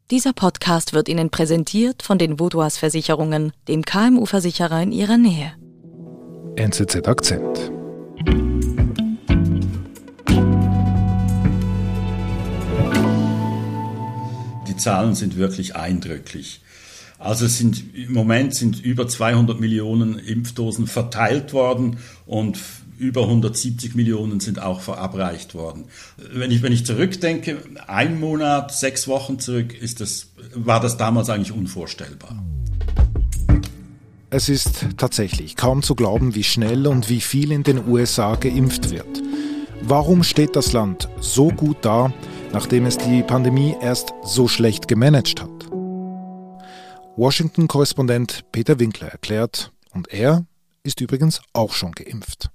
Dieser Podcast wird Ihnen präsentiert von den Vaudoise Versicherungen, dem KMU-Versicherer in Ihrer Nähe. NZZ Akzent. Die Zahlen sind wirklich eindrücklich. Also im Moment sind über 200 Millionen Impfdosen verteilt worden und über 170 Millionen sind auch verabreicht worden. Wenn ich zurückdenke, 1 Monat, 6 Wochen zurück, war das damals eigentlich unvorstellbar. Es ist tatsächlich kaum zu glauben, wie schnell und wie viel in den USA geimpft wird. Warum steht das Land so gut da, nachdem es die Pandemie erst so schlecht gemanagt hat? Washington-Korrespondent Peter Winkler erklärt, und er ist übrigens auch schon geimpft.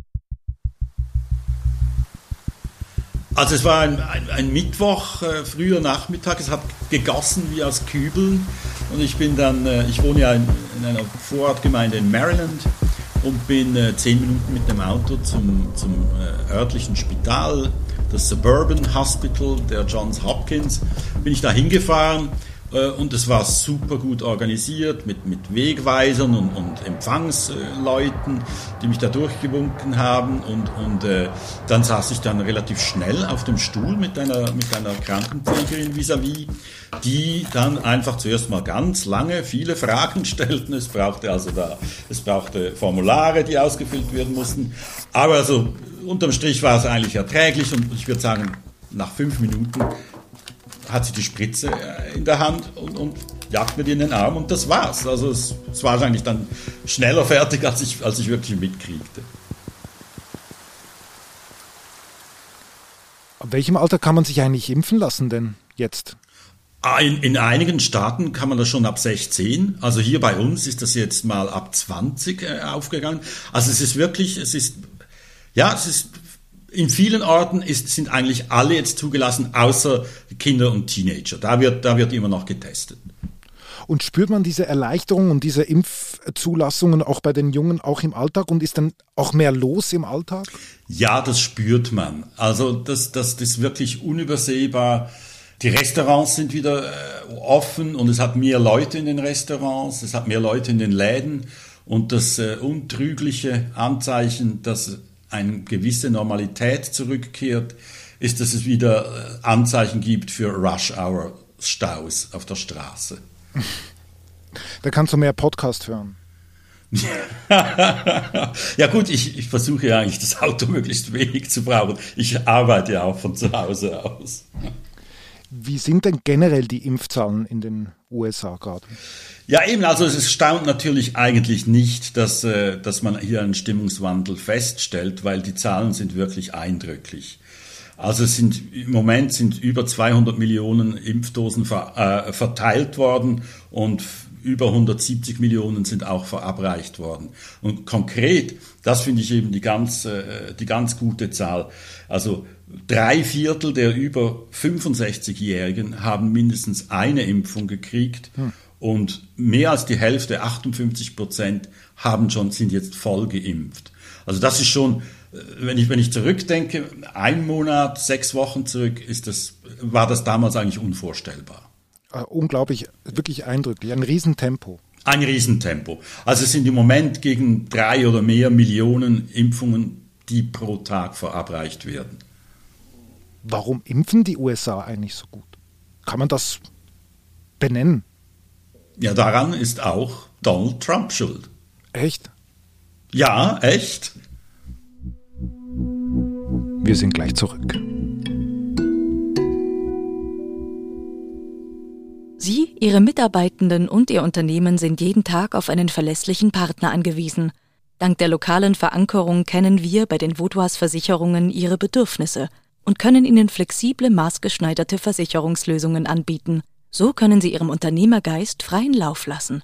Also es war ein Mittwoch, früher Nachmittag, es hat gegossen wie aus Kübeln und ich wohne ja in einer Vorortgemeinde in Maryland und bin 10 Minuten mit dem Auto zum örtlichen Spital, das Suburban Hospital der Johns Hopkins, bin ich da hingefahren. Und es war super gut organisiert mit Wegweisern und Empfangsleuten, die mich da durchgewunken haben. Und dann saß ich dann relativ schnell auf dem Stuhl mit einer Krankenpflegerin vis-à-vis, die dann einfach zuerst mal ganz lange viele Fragen stellten. Es brauchte Formulare, die ausgefüllt werden mussten. Aber also unterm Strich war es eigentlich erträglich und ich würde sagen, nach 5 Minuten hat sie die Spritze in der Hand und jagt mir die in den Arm und das war's. Also es war eigentlich dann schneller fertig, als ich wirklich mitkriegte. Ab welchem Alter kann man sich eigentlich impfen lassen denn jetzt? In einigen Staaten kann man das schon ab 16. Also hier bei uns ist das jetzt mal ab 20 aufgegangen. Also in vielen Orten sind eigentlich alle jetzt zugelassen, außer Kinder und Teenager. Da wird immer noch getestet. Und spürt man diese Erleichterung und diese Impfzulassungen auch bei den Jungen auch im Alltag? Und ist dann auch mehr los im Alltag? Ja, das spürt man. Also das ist wirklich unübersehbar. Die Restaurants sind wieder offen und es hat mehr Leute in den Restaurants, es hat mehr Leute in den Läden. Und das untrügliche Anzeichen, dass eine gewisse Normalität zurückkehrt, ist, dass es wieder Anzeichen gibt für Rush-Hour-Staus auf der Straße. Da kannst du mehr Podcast hören. Ja gut, ich versuche ja eigentlich das Auto möglichst wenig zu brauchen. Ich arbeite ja auch von zu Hause aus. Wie sind denn generell die Impfzahlen in den USA gerade? Ja eben, also es staunt natürlich eigentlich nicht, dass man hier einen Stimmungswandel feststellt, weil die Zahlen sind wirklich eindrücklich. Also im Moment sind über 200 Millionen Impfdosen verteilt worden und über 170 Millionen sind auch verabreicht worden. Und konkret, das finde ich eben die ganz gute Zahl. Also 3/4 der über 65-Jährigen haben mindestens eine Impfung gekriegt und mehr als die Hälfte, 58%, sind jetzt voll geimpft. Also das ist schon, wenn ich zurückdenke, 1 Monat, 6 Wochen zurück, war das damals eigentlich unvorstellbar. Unglaublich, wirklich eindrücklich, ein Riesentempo. Ein Riesentempo. Also es sind im Moment gegen 3 oder mehr Millionen Impfungen, die pro Tag verabreicht werden. Warum impfen die USA eigentlich so gut? Kann man das benennen? Ja, daran ist auch Donald Trump schuld. Echt? Ja, echt. Wir sind gleich zurück. Sie, Ihre Mitarbeitenden und Ihr Unternehmen sind jeden Tag auf einen verlässlichen Partner angewiesen. Dank der lokalen Verankerung kennen wir bei den Vaudoise Versicherungen Ihre Bedürfnisse und können Ihnen flexible, maßgeschneiderte Versicherungslösungen anbieten. So können Sie Ihrem Unternehmergeist freien Lauf lassen.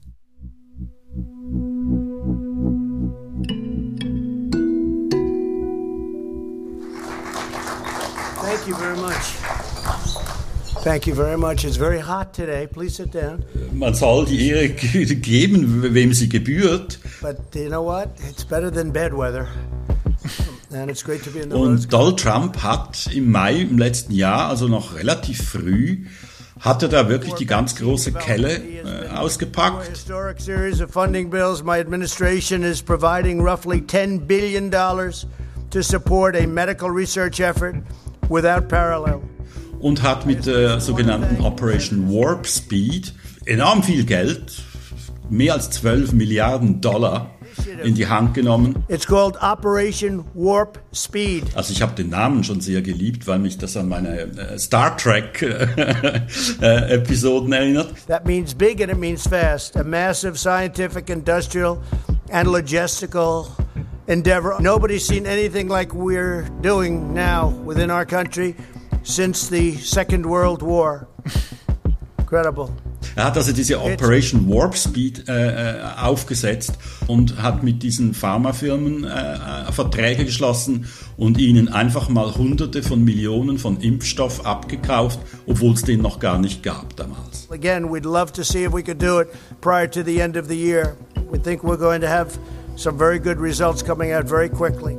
Thank you very much. Thank you very much. It's very hot today. Please sit down. Man soll die Ehre geben, wem sie gebührt. But you know what? It's better than bad weather. And it's great to be in the Und Donald Trump hat im Mai im letzten Jahr, also noch relativ früh, hat er da wirklich die ganz große Kelle ausgepackt. Historic series of funding bills. My administration is providing roughly $10 billion to support a medical research effort without parallel. Und hat mit der sogenannten Operation Warp Speed enorm viel Geld, mehr als $12 Milliarden, in die Hand genommen. It's called Operation Warp Speed. Also ich habe den Namen schon sehr geliebt, weil mich das an meine Star Trek Episoden erinnert. That means big and it means fast. A massive scientific, industrial and logistical endeavor. Nobody's seen anything like we're doing now within our country since the Second World War. Incredible. Er hat also diese Operation Warp Speed aufgesetzt und hat mit diesen Pharmafirmen Verträge geschlossen und ihnen einfach mal Hunderte von Millionen von Impfstoff abgekauft, obwohl es den noch gar nicht gab damals. Again, we'd love to see if we could do it prior to the end of the year. We think we're going to have some very good results coming out very quickly.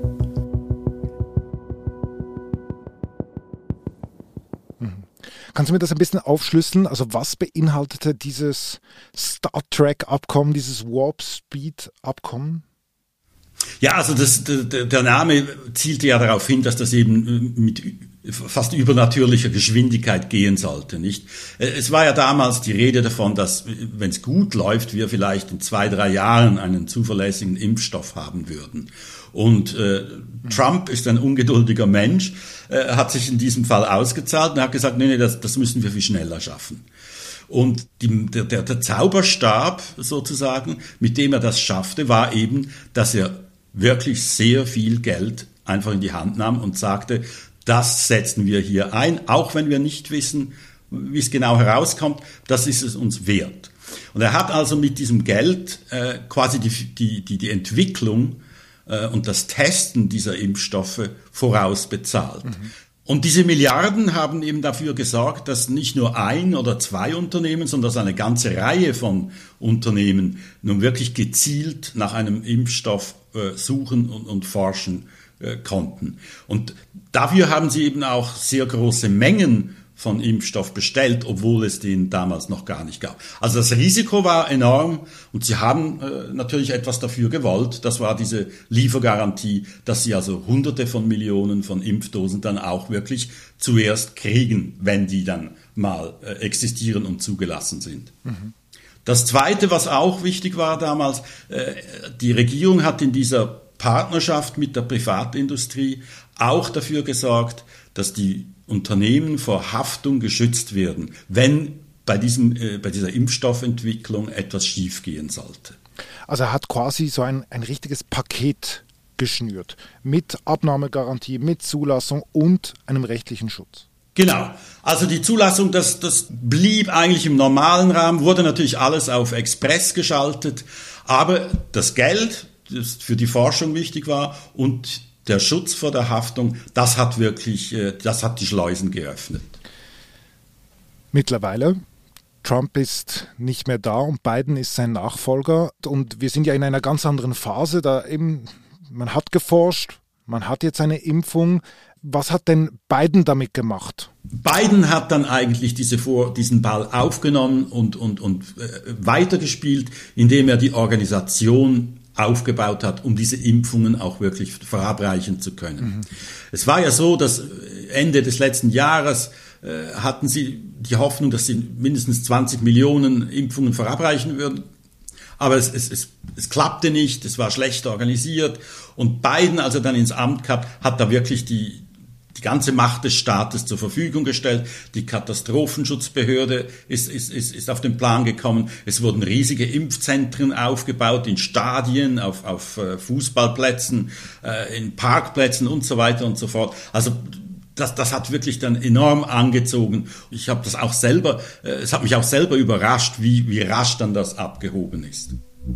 Kannst du mir das ein bisschen aufschlüsseln? Also was beinhaltete dieses Star Trek-Abkommen, dieses Warp Speed-Abkommen? Ja, also der Name zielte ja darauf hin, dass das eben mit fast übernatürlicher Geschwindigkeit gehen sollte, nicht? Es war ja damals die Rede davon, dass, wenn es gut läuft, wir vielleicht in 2-3 Jahren einen zuverlässigen Impfstoff haben würden. Und Trump ist ein ungeduldiger Mensch, hat sich in diesem Fall ausgezahlt und hat gesagt, nee, das müssen wir viel schneller schaffen. Und der Zauberstab sozusagen, mit dem er das schaffte, war eben, dass er wirklich sehr viel Geld einfach in die Hand nahm und sagte, das setzen wir hier ein, auch wenn wir nicht wissen, wie es genau herauskommt, das ist es uns wert. Und er hat also mit diesem Geld quasi die Entwicklung und das Testen dieser Impfstoffe vorausbezahlt. Mhm. Und diese Milliarden haben eben dafür gesorgt, dass nicht nur 1 oder 2 Unternehmen, sondern dass eine ganze Reihe von Unternehmen nun wirklich gezielt nach einem Impfstoff suchen und forschen konnten. Und dafür haben sie eben auch sehr große Mengen von Impfstoff bestellt, obwohl es den damals noch gar nicht gab. Also das Risiko war enorm und sie haben natürlich etwas dafür gewollt. Das war diese Liefergarantie, dass sie also Hunderte von Millionen von Impfdosen dann auch wirklich zuerst kriegen, wenn die dann mal existieren und zugelassen sind. Mhm. Das Zweite, was auch wichtig war damals, die Regierung hat in dieser Partnerschaft mit der Privatindustrie auch dafür gesorgt, dass die Unternehmen vor Haftung geschützt werden, wenn bei dieser Impfstoffentwicklung etwas schiefgehen sollte. Also er hat quasi so ein richtiges Paket geschnürt mit Abnahmegarantie, mit Zulassung und einem rechtlichen Schutz. Genau. Also die Zulassung, das blieb eigentlich im normalen Rahmen, wurde natürlich alles auf Express geschaltet, aber das Geld, das für die Forschung wichtig war, und der Schutz vor der Haftung, das hat die Schleusen geöffnet. Mittlerweile, Trump ist nicht mehr da und Biden ist sein Nachfolger. Und wir sind ja in einer ganz anderen Phase, da eben, man hat geforscht, man hat jetzt eine Impfung. Was hat denn Biden damit gemacht? Biden hat dann eigentlich diesen Ball aufgenommen und weitergespielt, indem er die Organisation aufgebaut hat, um diese Impfungen auch wirklich verabreichen zu können. Mhm. Es war ja so, dass Ende des letzten Jahres hatten sie die Hoffnung, dass sie mindestens 20 Millionen Impfungen verabreichen würden. Aber es klappte nicht, es war schlecht organisiert. Und Biden, als er dann ins Amt kam, hat da wirklich die ganze Macht des Staates zur Verfügung gestellt. Die Katastrophenschutzbehörde ist auf den Plan gekommen. Es wurden riesige Impfzentren aufgebaut in Stadien, auf Fußballplätzen, in Parkplätzen und so weiter und so fort. Also das hat wirklich dann enorm angezogen. Ich habe das auch selber, es hat mich auch selber überrascht, wie rasch dann das abgehoben ist.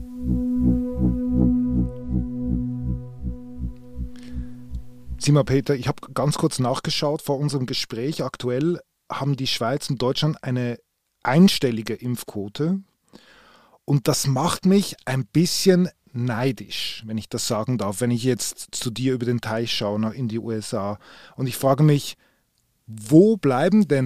Sieh mal, Peter, ich habe ganz kurz nachgeschaut vor unserem Gespräch. Aktuell haben die Schweiz und Deutschland eine einstellige Impfquote. Und das macht mich ein bisschen neidisch, wenn ich das sagen darf, wenn ich jetzt zu dir über den Teich schaue, in die USA. Und ich frage mich, wo bleiben denn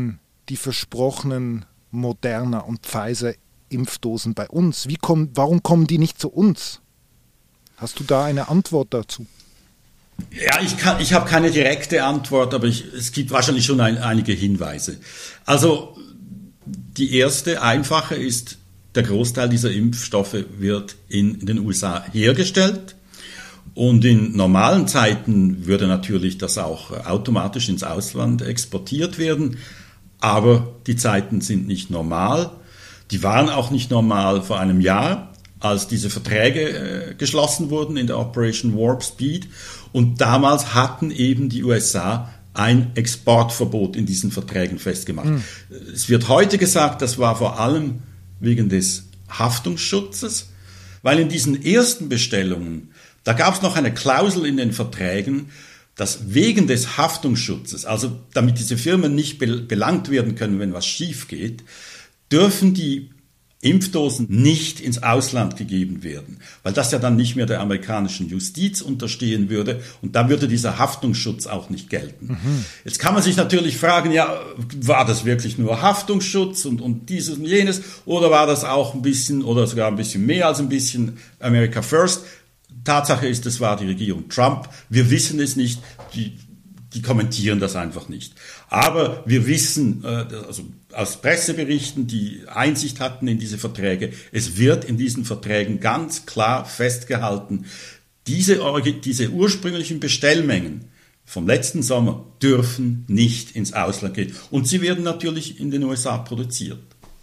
die versprochenen Moderna und Pfizer-Impfdosen bei uns? Warum kommen die nicht zu uns? Hast du da eine Antwort dazu? Ja, ich habe keine direkte Antwort, aber es gibt wahrscheinlich schon einige Hinweise. Also die erste, einfache ist, der Großteil dieser Impfstoffe wird in den USA hergestellt. Und in normalen Zeiten würde natürlich das auch automatisch ins Ausland exportiert werden. Aber die Zeiten sind nicht normal. Die waren auch nicht normal vor einem Jahr, als diese Verträge geschlossen wurden in der Operation Warp Speed. Und damals hatten eben die USA ein Exportverbot in diesen Verträgen festgemacht. Es wird heute gesagt, das war vor allem wegen des Haftungsschutzes, weil in diesen ersten Bestellungen, da gab es noch eine Klausel in den Verträgen, dass wegen des Haftungsschutzes, also damit diese Firmen nicht belangt werden können, wenn was schief geht, dürfen die Impfdosen nicht ins Ausland gegeben werden, weil das ja dann nicht mehr der amerikanischen Justiz unterstehen würde und da würde dieser Haftungsschutz auch nicht gelten. Jetzt kann man sich natürlich fragen, ja, war das wirklich nur Haftungsschutz und dieses und jenes oder war das auch ein bisschen oder sogar ein bisschen mehr als ein bisschen America First? Tatsache ist, es war die Regierung Trump. Wir wissen es nicht, die kommentieren das einfach nicht. Aber wir wissen, also aus Presseberichten, die Einsicht hatten in diese Verträge, es wird in diesen Verträgen ganz klar festgehalten, diese ursprünglichen Bestellmengen vom letzten Sommer dürfen nicht ins Ausland gehen. Und sie werden natürlich in den USA produziert.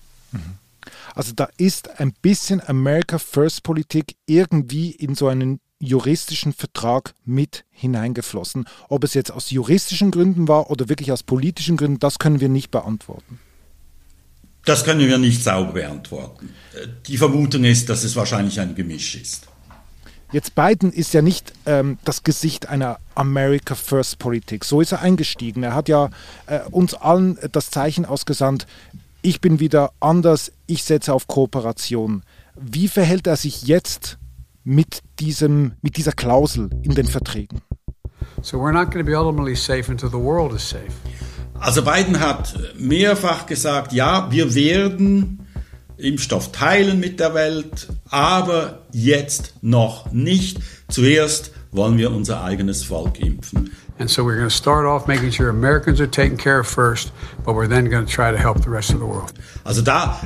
Also da ist ein bisschen America First Politik irgendwie in so einen juristischen Vertrag mit hineingeflossen. Ob es jetzt aus juristischen Gründen war oder wirklich aus politischen Gründen, das können wir nicht beantworten. Das können wir nicht sauber beantworten. Die Vermutung ist, dass es wahrscheinlich ein Gemisch ist. Jetzt Biden ist ja nicht das Gesicht einer America First Politik. So ist er eingestiegen. Er hat ja uns allen das Zeichen ausgesandt, ich bin wieder anders, ich setze auf Kooperation. Wie verhält er sich jetzt mit dieser Klausel in den Verträgen? So we're not going to be ultimately safe until the world is safe. Also Biden hat mehrfach gesagt, ja, wir werden Impfstoff teilen mit der Welt, aber jetzt noch nicht. Zuerst wollen wir unser eigenes Volk impfen. And so we're going to start off making sure Americans are taken care of first, but we're then going to try to help the rest of the world. Also da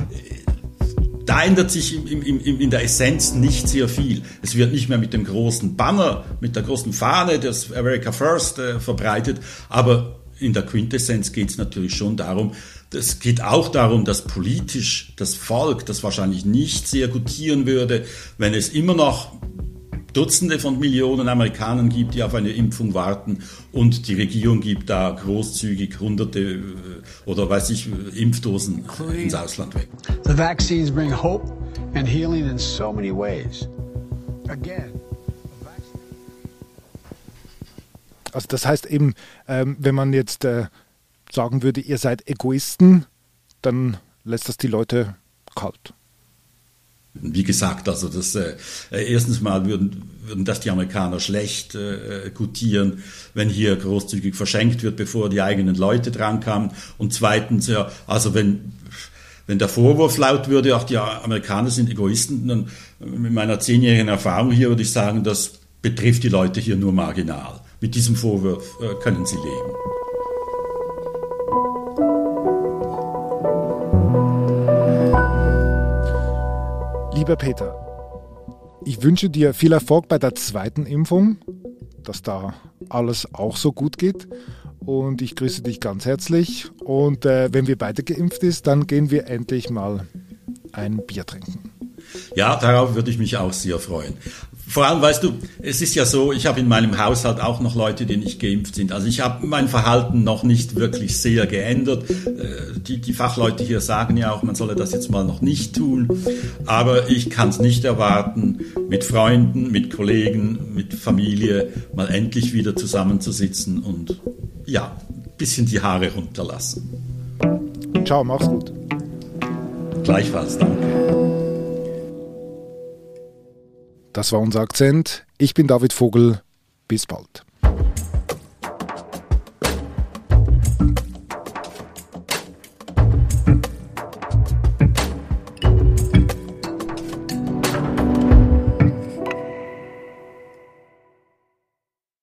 ändert sich in der Essenz nicht sehr viel. Es wird nicht mehr mit dem großen Banner, mit der großen Fahne des America First verbreitet, aber in der Quintessenz geht es natürlich schon darum, es geht auch darum, dass politisch das Volk das wahrscheinlich nicht sehr gutieren würde, wenn es immer noch Dutzende von Millionen Amerikanern gibt, die auf eine Impfung warten und die Regierung gibt da großzügig Hunderte oder Impfdosen ins Ausland weg. The vaccines bring hope and healing in so many ways. Again. Also das heißt eben, wenn man jetzt sagen würde, ihr seid Egoisten, dann lässt das die Leute kalt. Wie gesagt, also erstens mal würden das die Amerikaner schlecht gutieren, wenn hier großzügig verschenkt wird, bevor die eigenen Leute drankamen. Und zweitens, ja, also wenn der Vorwurf laut würde, auch die Amerikaner sind Egoisten, dann mit meiner 10-jährigen Erfahrung hier würde ich sagen, das betrifft die Leute hier nur marginal. Mit diesem Vorwurf können sie leben. Lieber Peter, ich wünsche dir viel Erfolg bei der zweiten Impfung, dass da alles auch so gut geht. Und ich grüße dich ganz herzlich. Und wenn wir beide geimpft ist, dann gehen wir endlich mal ein Bier trinken. Ja, darauf würde ich mich auch sehr freuen. Vor allem, weißt du, es ist ja so, ich habe in meinem Haushalt auch noch Leute, die nicht geimpft sind. Also ich habe mein Verhalten noch nicht wirklich sehr geändert. Die Fachleute hier sagen ja auch, man solle das jetzt mal noch nicht tun. Aber ich kann es nicht erwarten, mit Freunden, mit Kollegen, mit Familie mal endlich wieder zusammenzusitzen und ja, ein bisschen die Haare runterlassen. Ciao, mach's gut. Gleichfalls, danke. Das war unser Akzent. Ich bin David Vogel. Bis bald.